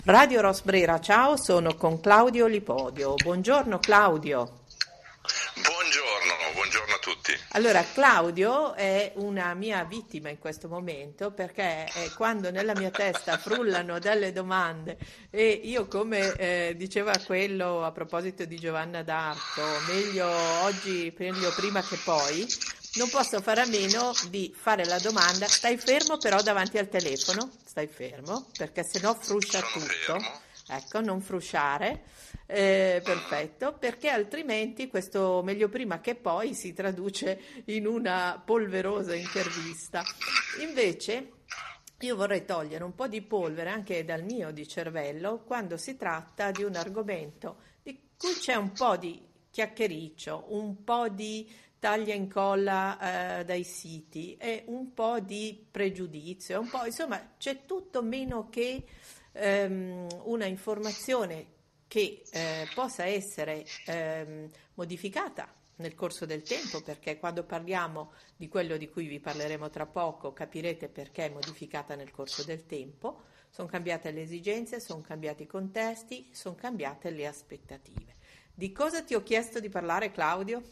Radio Rosbrera, ciao, sono con Claudio Lipodio. Buongiorno Claudio. Buongiorno a tutti. Allora, Claudio è una mia vittima in questo momento perché quando nella mia testa frullano delle domande e io, come diceva quello a proposito di Giovanna d'Arco, meglio oggi, meglio prima che poi, non posso fare a meno di fare la domanda: stai fermo però davanti al telefono? Stai fermo, perché sennò fruscia Sono tutto. fermo. Ecco, non frusciare. Perfetto, perché altrimenti questo meglio prima che poi si traduce in una polverosa intervista. Invece io vorrei togliere un po' di polvere anche dal mio di cervello quando si tratta di un argomento di cui c'è un po' di chiacchiericcio, un po' di taglia e incolla dai siti e un po' di pregiudizio, un po', insomma, c'è tutto meno che una informazione che possa essere modificata nel corso del tempo, perché quando parliamo di quello di cui vi parleremo tra poco capirete perché è modificata nel corso del tempo. Sono cambiate le esigenze, sono cambiati i contesti, sono cambiate le aspettative. Di cosa ti ho chiesto di parlare, Claudio?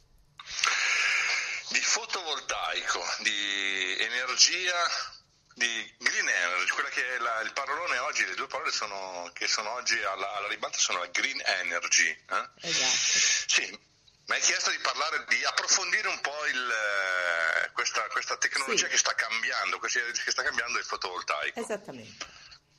Di fotovoltaico, di energia, di green energy, quella che è il parolone oggi, le due parole che sono oggi alla ribalta sono la green energy. Esatto. Sì, mi hai chiesto di parlare, di approfondire un po' questa tecnologia Sì, che sta cambiando, che sta cambiando il fotovoltaico. esattamente.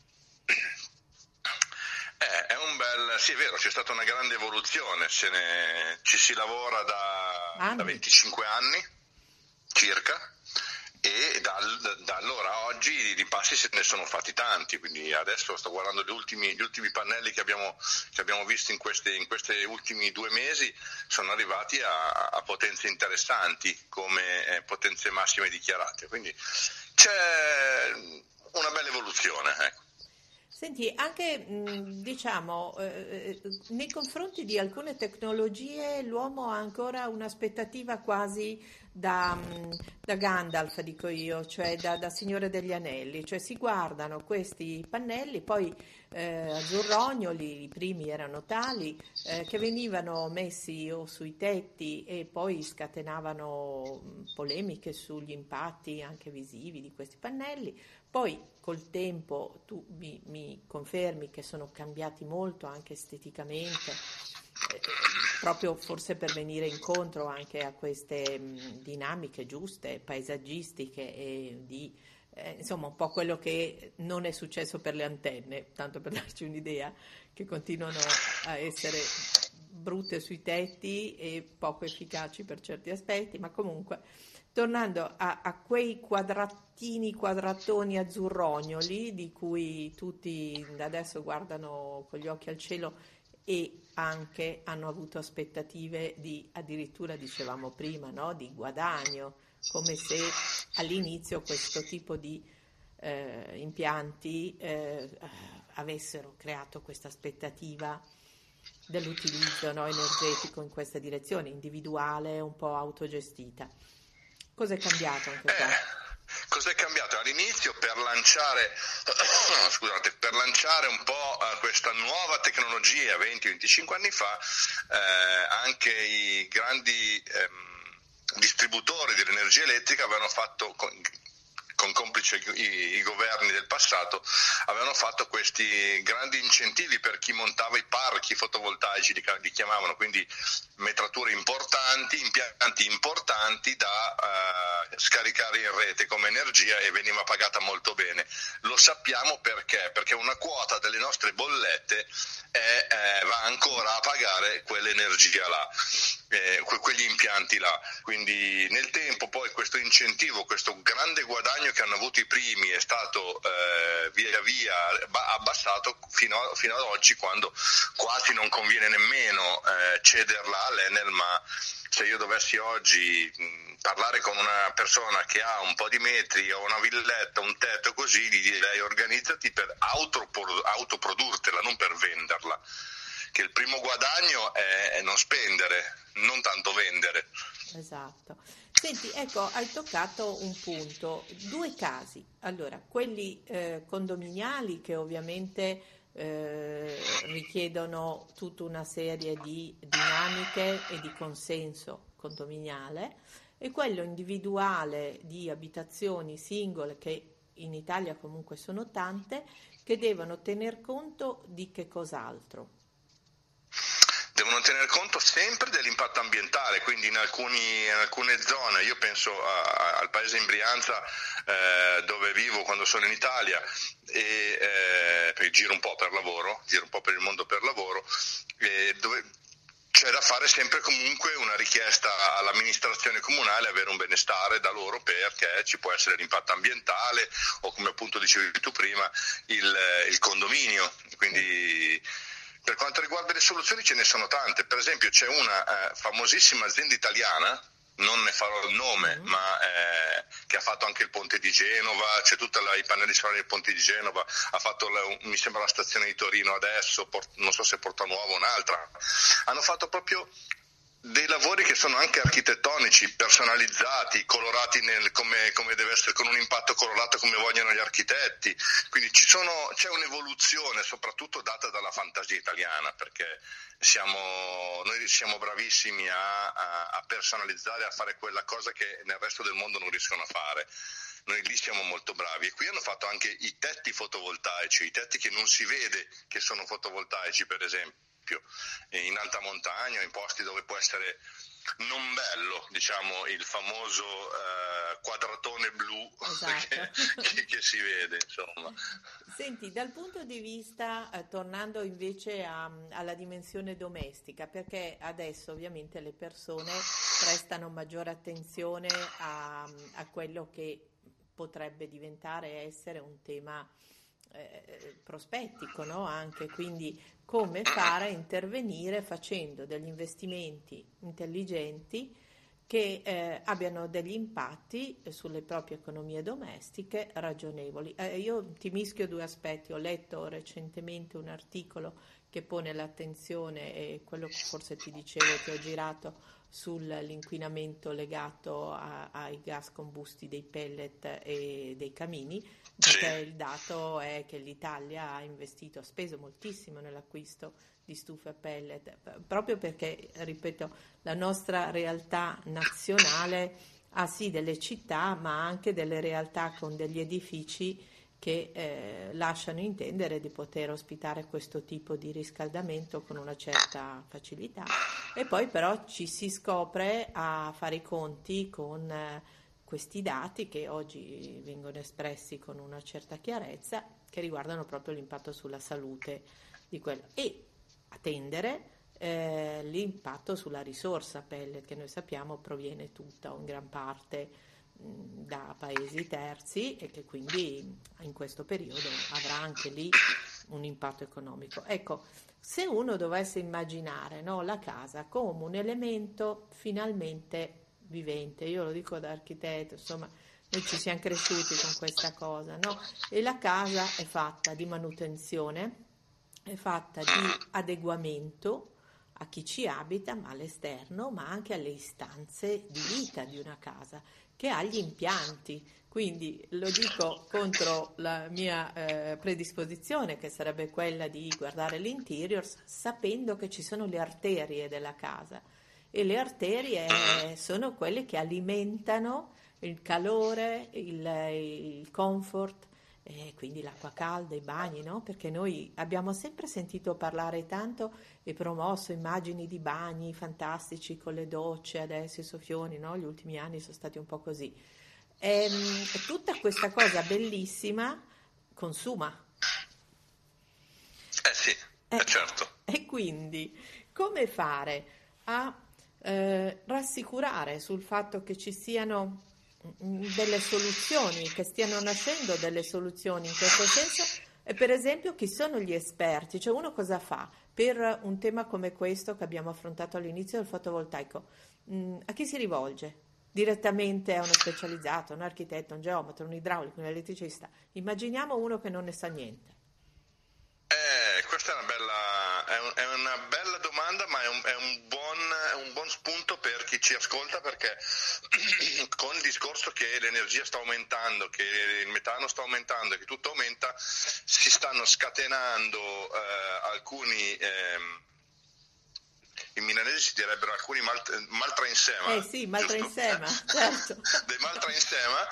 Sì, è vero, c'è stata una grande evoluzione, ci si lavora da Anni. 25 anni circa, e da allora a oggi di passi se ne sono fatti tanti, quindi adesso sto guardando gli ultimi pannelli che abbiamo visto in questi ultimi 2 mesi, sono arrivati a potenze interessanti come potenze massime dichiarate, quindi c'è una bella evoluzione, ecco. Senti, anche diciamo, nei confronti di alcune tecnologie l'uomo ha ancora un'aspettativa quasi da Gandalf, dico io, cioè da Signore degli Anelli, cioè si guardano questi pannelli, poi azzurrognoli, i primi erano tali, che venivano messi o sui tetti e poi scatenavano polemiche sugli impatti anche visivi di questi pannelli. Poi col tempo tu mi confermi che sono cambiati molto anche esteticamente, proprio forse per venire incontro anche a queste dinamiche giuste, paesaggistiche e insomma un po' quello che non è successo per le antenne, tanto per darci un'idea, che continuano a essere brutte sui tetti e poco efficaci per certi aspetti, ma comunque tornando a quei quadratoni azzurrognoli di cui tutti adesso guardano con gli occhi al cielo e anche hanno avuto aspettative di, addirittura dicevamo prima, no? Di guadagno, come se all'inizio questo tipo di impianti avessero creato questa aspettativa dell'utilizzo, no, energetico in questa direzione, individuale, un po' autogestita. Cos'è cambiato anche qua? Cos'è cambiato? All'inizio per lanciare un po' questa nuova tecnologia 20-25 anni fa, anche i grandi distributori dell'energia elettrica avevano fatto, con complice i governi del passato, avevano fatto questi grandi incentivi per chi montava i parchi fotovoltaici, li chiamavano, quindi metrature importanti, impianti importanti da scaricare in rete come energia, e veniva pagata molto bene. Lo sappiamo perché una quota delle nostre bollette va ancora a pagare quell'energia là, quegli impianti là. Quindi nel tempo poi questo incentivo, questo grande guadagno che hanno avuto i primi è stato via via abbassato fino ad oggi, quando quasi non conviene nemmeno cederla all'Enel, ma se io dovessi oggi parlare con una persona che ha un po' di metri o una villetta, un tetto così, gli direi: organizzati per autoprodurtela, non per venderla, che il primo guadagno è non spendere, non tanto vendere. Esatto. Senti, ecco, hai toccato un punto, due casi. Allora, quelli condominiali che ovviamente richiedono tutta una serie di dinamiche e di consenso condominiale, e quello individuale di abitazioni singole, che in Italia comunque sono tante, che devono tener conto di che cos'altro? Devono tener conto sempre dell'impatto ambientale, quindi in alcune zone, io penso al paese in Brianza dove vivo quando sono in Italia, e giro un po' per lavoro, giro un po' per il mondo per lavoro, dove c'è da fare sempre comunque una richiesta all'amministrazione comunale, avere un benestare da loro, perché ci può essere l'impatto ambientale o, come appunto dicevi tu prima, il condominio. Quindi per quanto riguarda le soluzioni ce ne sono tante. Per esempio c'è una famosissima azienda italiana, non ne farò il nome, ma che ha fatto anche il ponte di Genova, c'è tutta i pannelli solari del ponte di Genova, ha fatto mi sembra la stazione di Torino adesso, non so se Porta Nuova o un'altra. Hanno fatto proprio dei lavori che sono anche architettonici, personalizzati, colorati come deve essere, con un impatto colorato come vogliono gli architetti. Quindi c'è un'evoluzione soprattutto data dalla fantasia italiana, perché noi siamo bravissimi a personalizzare, a fare quella cosa che nel resto del mondo non riescono a fare. Noi lì siamo molto bravi, e qui hanno fatto anche i tetti fotovoltaici, i tetti che non si vede che sono fotovoltaici, per esempio in alta montagna, in posti dove può essere non bello, diciamo, il famoso quadratone blu. Esatto. che si vede, insomma. Senti, dal punto di vista, tornando invece alla dimensione domestica, perché adesso ovviamente le persone prestano maggiore attenzione a quello che potrebbe diventare essere un tema prospettico, no? Anche, quindi come fare a intervenire facendo degli investimenti intelligenti che abbiano degli impatti sulle proprie economie domestiche ragionevoli. Io ti mischio due aspetti. Ho letto recentemente un articolo che pone l'attenzione, e quello che forse ti dicevo, che ho girato, sull'inquinamento legato ai gas combusti dei pellet e dei camini, perché il dato è che l'Italia ha speso moltissimo nell'acquisto di stufe a pellet, proprio perché, ripeto, la nostra realtà nazionale ha sì delle città, ma anche delle realtà con degli edifici che lasciano intendere di poter ospitare questo tipo di riscaldamento con una certa facilità, e poi però ci si scopre a fare i conti con questi dati che oggi vengono espressi con una certa chiarezza, che riguardano proprio l'impatto sulla salute di quello, e attendere l'impatto sulla risorsa pellet, che noi sappiamo proviene tutta o in gran parte da paesi terzi, e che quindi in questo periodo avrà anche lì un impatto economico. Ecco, se uno dovesse immaginare, no, la casa come un elemento finalmente vivente, io lo dico da architetto, insomma, noi ci siamo cresciuti con questa cosa, no? E la casa è fatta di manutenzione, è fatta di adeguamento a chi ci abita, ma all'esterno, ma anche alle istanze di vita di una casa, che ha gli impianti. Quindi lo dico contro la mia predisposizione, che sarebbe quella di guardare l'interior sapendo che ci sono le arterie della casa, e le arterie sono quelle che alimentano il calore, il comfort, quindi l'acqua calda, i bagni, no? Perché noi abbiamo sempre sentito parlare tanto e promosso immagini di bagni fantastici con le docce, adesso i soffioni, no? Gli ultimi anni sono stati un po' così. Tutta questa cosa bellissima consuma. Sì, certo. E quindi come fare a rassicurare sul fatto che ci siano delle soluzioni, che stiano nascendo delle soluzioni in questo senso, e per esempio chi sono gli esperti, cioè uno cosa fa per un tema come questo che abbiamo affrontato all'inizio del fotovoltaico, a chi si rivolge? Direttamente a uno specializzato, un architetto, un geometra, un idraulico, un elettricista? Immaginiamo uno che non ne sa niente. Questa è una bella domanda, ma è un buon buon spunto per chi ci ascolta, perché con il discorso che l'energia sta aumentando, che il metano sta aumentando e che tutto aumenta, si stanno scatenando alcuni, in milanese si direbbero alcuni maltrainsema, sì, maltrainsema, certo. dei maltrainsema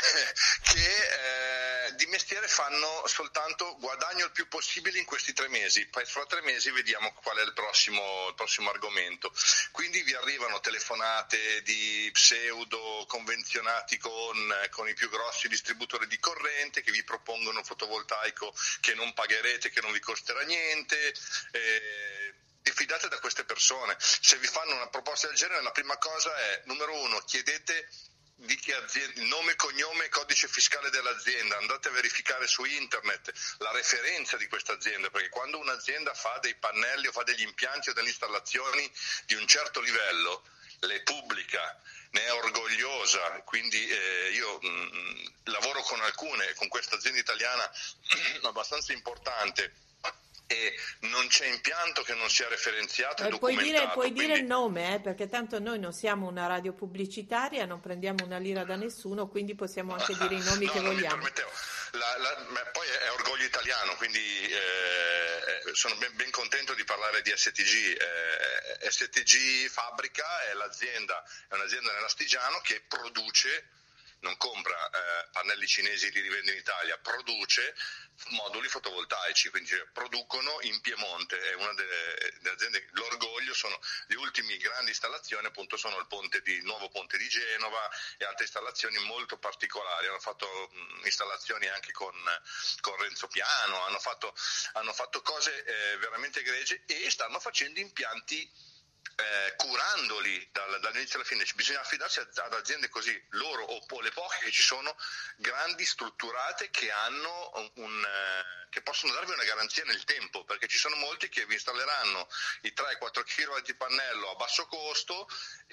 che di mestiere fanno soltanto guadagno il più possibile in questi 3 mesi, poi fra 3 mesi vediamo qual è il prossimo argomento. Quindi vi arrivano telefonate di pseudo convenzionati con i più grossi distributori di corrente che vi propongono un fotovoltaico che non pagherete, che non vi costerà niente. Diffidate da queste persone. Se vi fanno una proposta del genere, la prima cosa è, numero 1, chiedete di che azienda, nome, cognome e codice fiscale dell'azienda, andate a verificare su internet la referenza di questa azienda, perché quando un'azienda fa dei pannelli o fa degli impianti o delle installazioni di un certo livello, le pubblica, ne è orgogliosa, quindi io lavoro con questa azienda italiana abbastanza importante, e non c'è impianto che non sia referenziato e documentato. Puoi dire il nome, perché tanto noi non siamo una radio pubblicitaria, non prendiamo una lira da nessuno, quindi possiamo anche dire i nomi che vogliamo. Poi è orgoglio italiano, quindi sono ben contento di parlare di STG. STG Fabbrica è un'azienda nell'Astigiano che produce, non compra pannelli cinesi e li rivende in Italia, produce moduli fotovoltaici, quindi producono in Piemonte, è una delle aziende. L'orgoglio sono le ultime grandi installazioni, appunto sono il nuovo ponte di Genova e altre installazioni molto particolari. Hanno fatto installazioni anche con Renzo Piano, hanno fatto cose veramente egregie e stanno facendo impianti curandoli dall'inizio alla fine. Bisogna affidarsi ad aziende così, loro o le poche che ci sono, grandi, strutturate, che hanno che possono darvi una garanzia nel tempo, perché ci sono molti che vi installeranno i 3-4 kW di pannello a basso costo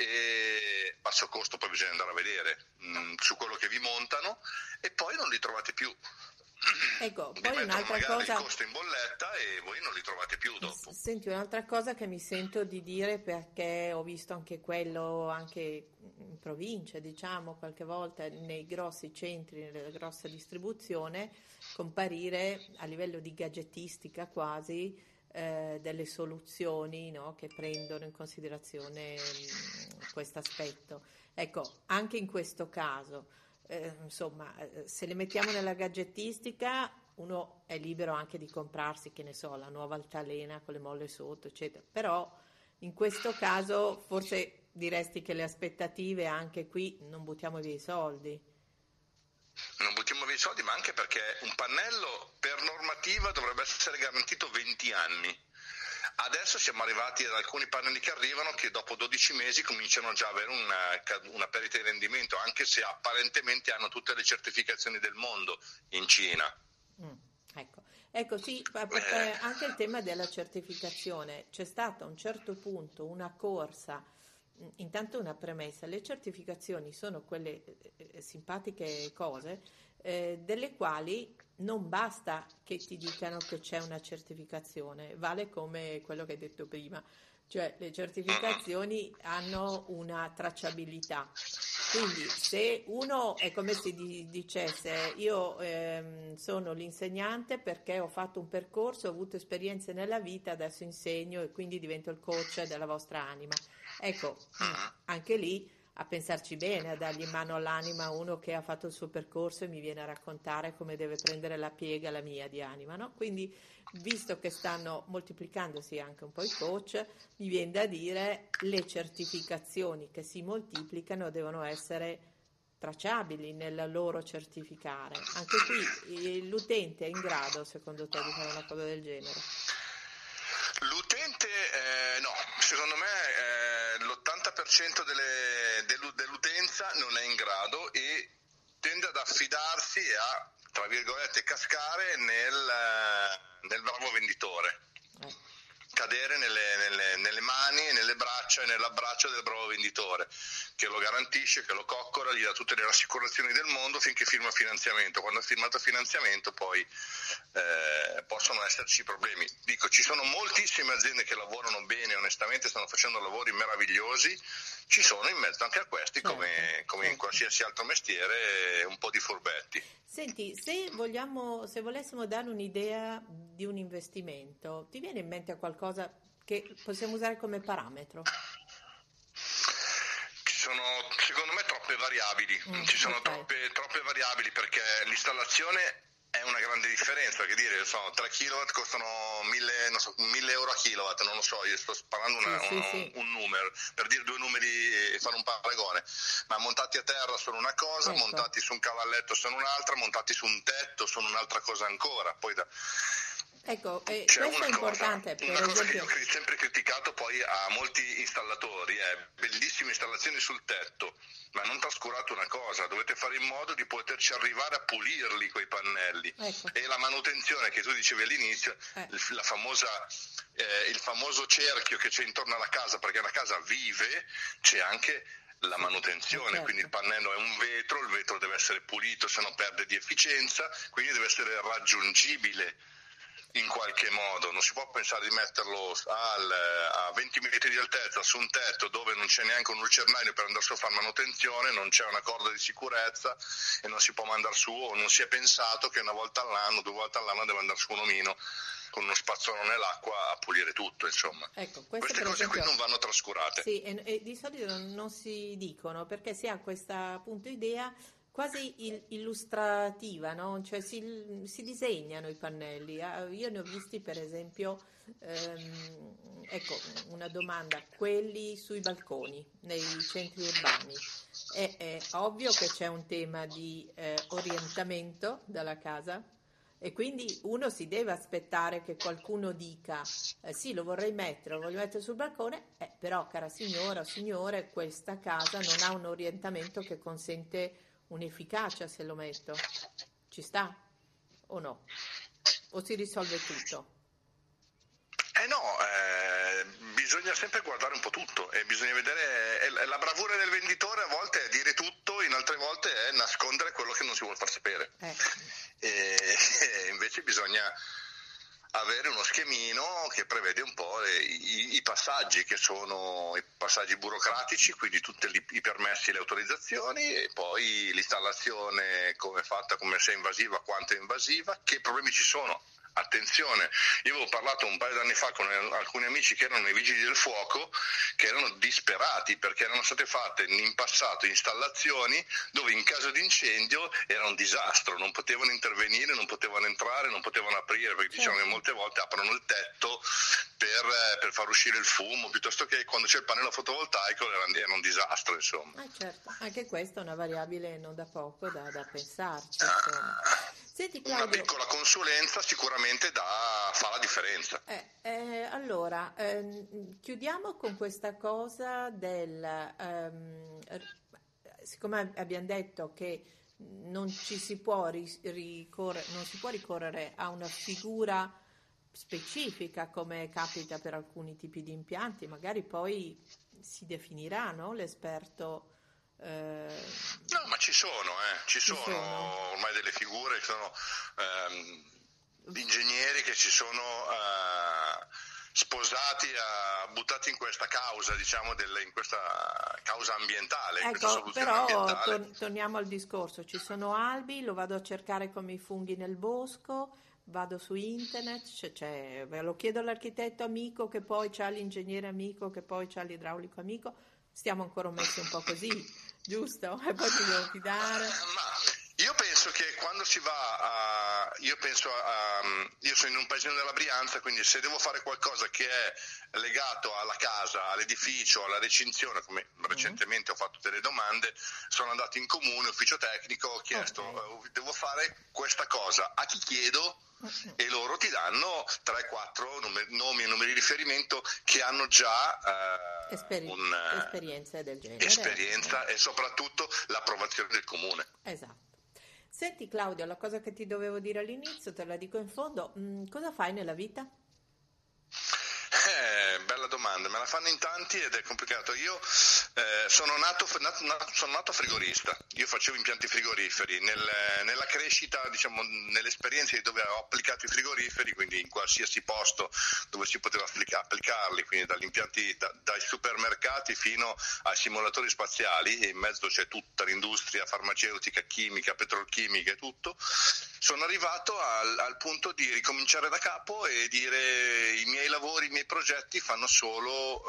poi bisogna andare a vedere su quello che vi montano e poi non li trovate più. Ecco, poi un'altra cosa, il costo in bolletta e voi non li trovate più dopo. Senti, un'altra cosa che mi sento di dire, perché ho visto anche quello anche in provincia, diciamo, qualche volta nei grossi centri, nella grossa distribuzione, comparire a livello di gadgettistica quasi delle soluzioni, no, che prendono in considerazione questo aspetto. Ecco, anche in questo caso insomma, se le mettiamo nella gadgettistica, uno è libero anche di comprarsi, che ne so, la nuova altalena con le molle sotto, eccetera. Però in questo caso forse diresti che le aspettative, anche qui non buttiamo via i soldi. Non buttiamo via i soldi, ma anche perché un pannello per normativa dovrebbe essere garantito 20 anni. Adesso siamo arrivati ad alcuni pannelli che arrivano che dopo 12 mesi cominciano già ad avere una perdita di rendimento, anche se apparentemente hanno tutte le certificazioni del mondo in Cina. Ecco sì, anche il tema della certificazione. C'è stata a un certo punto una corsa, intanto una premessa: le certificazioni sono quelle simpatiche cose delle quali non basta che ti dicano che c'è una certificazione, vale come quello che hai detto prima, cioè le certificazioni hanno una tracciabilità. Quindi se uno è come se dicesse io sono l'insegnante perché ho fatto un percorso, ho avuto esperienze nella vita, adesso insegno e quindi divento il coach della vostra anima. Ecco, anche lì a pensarci bene, a dargli in mano all'anima a uno che ha fatto il suo percorso e mi viene a raccontare come deve prendere la piega la mia di anima, no? Quindi, visto che stanno moltiplicandosi anche un po' i coach, mi viene da dire le certificazioni che si moltiplicano devono essere tracciabili nel loro certificare. Anche qui l'utente è in grado, secondo te, di fare una cosa del genere? L'utente no, secondo me l'80% dell'utenza non è in grado e tende ad affidarsi e a, tra virgolette, cascare nel bravo venditore, cadere nelle mani e nelle braccia e nell'abbraccio del bravo venditore, che lo garantisce, che lo coccora, gli dà tutte le rassicurazioni del mondo finché firma finanziamento. Quando ha firmato finanziamento poi possono esserci problemi. Dico, ci sono moltissime aziende che lavorano bene, onestamente stanno facendo lavori meravigliosi, ci sono in mezzo anche a questi, certo, come in qualsiasi altro mestiere, un po' di furbetti. Senti, se volessimo dare un'idea di un investimento, ti viene in mente qualcosa che possiamo usare come parametro? Ci sono, secondo me, troppe variabili. Ci sono Ok, troppe variabili, perché l'installazione è una grande differenza. Che dire, 3 kW costano 1000 euro a kilowatt, non lo so, io sto sparando sì, sì, sì, un numero, per dire due numeri e fare un paragone, ma montati a terra sono una cosa, ecco, montati su un cavalletto sono un'altra, montati su un tetto sono un'altra cosa ancora. Poi ecco, c'è questo è importante, per una cosa che io esempio, ho sempre criticato poi a molti installatori è: bellissime installazioni sul tetto, ma non trascurate una cosa, dovete fare in modo di poterci arrivare a pulirli quei pannelli, ecco, e la manutenzione che tu dicevi all'inizio, eh, il famoso cerchio che c'è intorno alla casa, perché la casa vive, c'è anche la sì, manutenzione, quindi il certo, pannello è un vetro, il vetro deve essere pulito, se no perde di efficienza, quindi deve essere raggiungibile in qualche modo. Non si può pensare di metterlo a 20 metri di altezza su un tetto dove non c'è neanche un lucernario per andarsi a fare manutenzione, non c'è una corda di sicurezza e non si può mandare su, o non si è pensato che una volta all'anno, 2 volte all'anno deve andare su un omino con uno spazzolone nell'acqua a pulire tutto, insomma. ecco, questo Queste per cose qui esempio, non vanno trascurate. sì, e di solito non si dicono perché si ha questa appunto idea quasi illustrativa, no? Cioè si disegnano i pannelli. Ah, io ne ho visti per esempio, ecco, una domanda, quelli sui balconi nei centri urbani. È ovvio che c'è un tema di orientamento della casa e quindi uno si deve aspettare che qualcuno dica sì, lo vorrei mettere, lo voglio mettere sul balcone, però cara signora o signore, questa casa non ha un orientamento che consente un'efficacia se lo metto. Ci sta o no? O si risolve tutto? No, bisogna sempre guardare un po' tutto e bisogna vedere, la bravura del venditore a volte è dire tutto, in altre volte è nascondere quello che non si vuole far sapere. Eh, E invece bisogna avere uno schemino che prevede un po' i passaggi, che sono i passaggi burocratici, quindi tutti i permessi e le autorizzazioni, e poi l'installazione come è fatta, come se è invasiva, quanto è invasiva, che problemi ci sono. Attenzione, io avevo parlato un paio d'anni fa con alcuni amici che erano i vigili del fuoco, che erano disperati perché erano state fatte in passato installazioni dove in caso di incendio era un disastro, non potevano intervenire, non potevano entrare, non potevano aprire, perché dicevano che certo. molte volte aprono il tetto per far uscire il fumo, piuttosto che quando c'è il pannello fotovoltaico era un disastro, insomma. Certo, anche questa è una variabile non da poco da pensarci, insomma. Senti Una Claudio, piccola consulenza sicuramente fa la differenza. allora, chiudiamo con questa cosa siccome abbiamo detto che non ci si può non si può ricorrere a una figura specifica come capita per alcuni tipi di impianti, magari poi si definirà, no? L'esperto, No, ma ci ci sono sono. ormai delle figure, che sono di ingegneri che si sono sposati, buttati in questa causa, diciamo, in questa causa ambientale, in questa Ecco, soluzione però ambientale. torniamo al discorso, ci sono albi, lo vado a cercare come i funghi nel bosco, vado su internet, lo chiedo all'architetto amico che poi c'ha l'ingegnere amico che poi c'ha l'idraulico amico, stiamo ancora messi un po' così, giusto? E poi mi devo fidare. Ma io penso che quando si va io sono in un paesino della Brianza, quindi se devo fare qualcosa che è legato alla casa, all'edificio, alla recinzione, come Mm, recentemente ho fatto delle domande, sono andato in comune, ufficio tecnico, ho ok. chiesto devo fare questa cosa, a chi chiedo? Mm. E loro ti danno 3-4 nomi e numeri di riferimento che hanno già Esperienze del genere. esperienza e soprattutto l'approvazione del comune. Esatto. Senti Claudio, la cosa che ti dovevo dire all'inizio, te la dico in fondo, cosa fai nella vita? Bella domanda, me la fanno in tanti ed è complicato. Io sono nato frigorista, io facevo impianti frigoriferi, nella crescita, diciamo, nelle esperienze dove ho applicato i frigoriferi, quindi in qualsiasi posto dove si poteva applicarli, quindi dagli impianti, dai supermercati fino ai simulatori spaziali, e in mezzo c'è tutta l'industria farmaceutica, chimica, petrolchimica e tutto. Sono arrivato al punto di ricominciare da capo e dire i miei lavori, i miei progetti vanno solo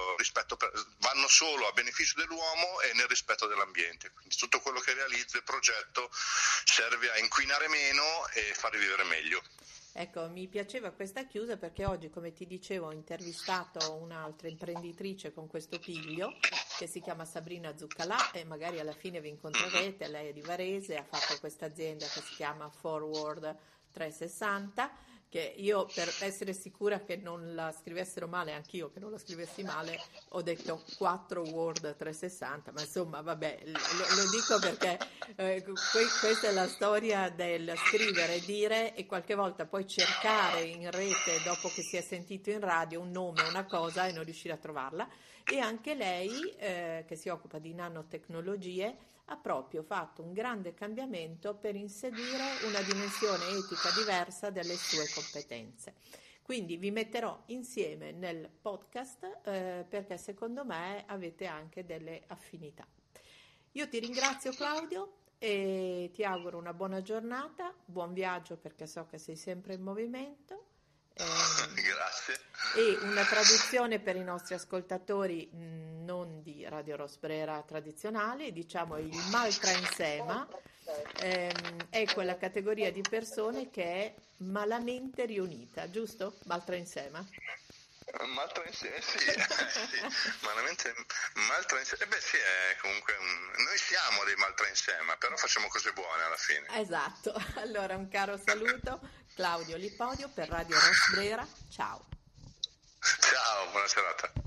a beneficio dell'uomo e nel rispetto dell'ambiente. Quindi tutto quello che realizzo e progetto serve a inquinare meno e fare vivere meglio. Ecco, mi piaceva questa chiusa perché oggi, come ti dicevo, ho intervistato un'altra imprenditrice con questo piglio che si chiama Sabrina Zuccalà e magari alla fine vi incontrerete. Lei è di Varese, ha fatto questa azienda che si chiama Forward 360, che io, per essere sicura che non la scrivessero male, anch'io che non la scrivessi male, ho detto 4 Word 360, ma insomma vabbè, lo dico perché questa è la storia del scrivere, dire e qualche volta poi cercare in rete, dopo che si è sentito in radio, un nome, una cosa e non riuscire a trovarla. E anche lei, che si occupa di nanotecnologie, ha proprio fatto un grande cambiamento per inseguire una dimensione etica diversa delle sue competenze. Quindi vi metterò insieme nel podcast perché secondo me avete anche delle affinità. Io ti ringrazio, Claudio, e ti auguro una buona giornata, buon viaggio perché so che sei sempre in movimento. Grazie. E una traduzione per i nostri ascoltatori non di Radio Rosbrera tradizionali, diciamo il maltransema è quella categoria di persone che è malamente riunita, giusto? Maltransema. Maltransema, sì, malamente maltransema. Beh sì, è comunque noi siamo dei maltransema, però facciamo cose buone alla fine. Esatto. Allora un caro saluto, Claudio Lipodio per Radio Rosbrera. Ciao. Ciao, buona serata.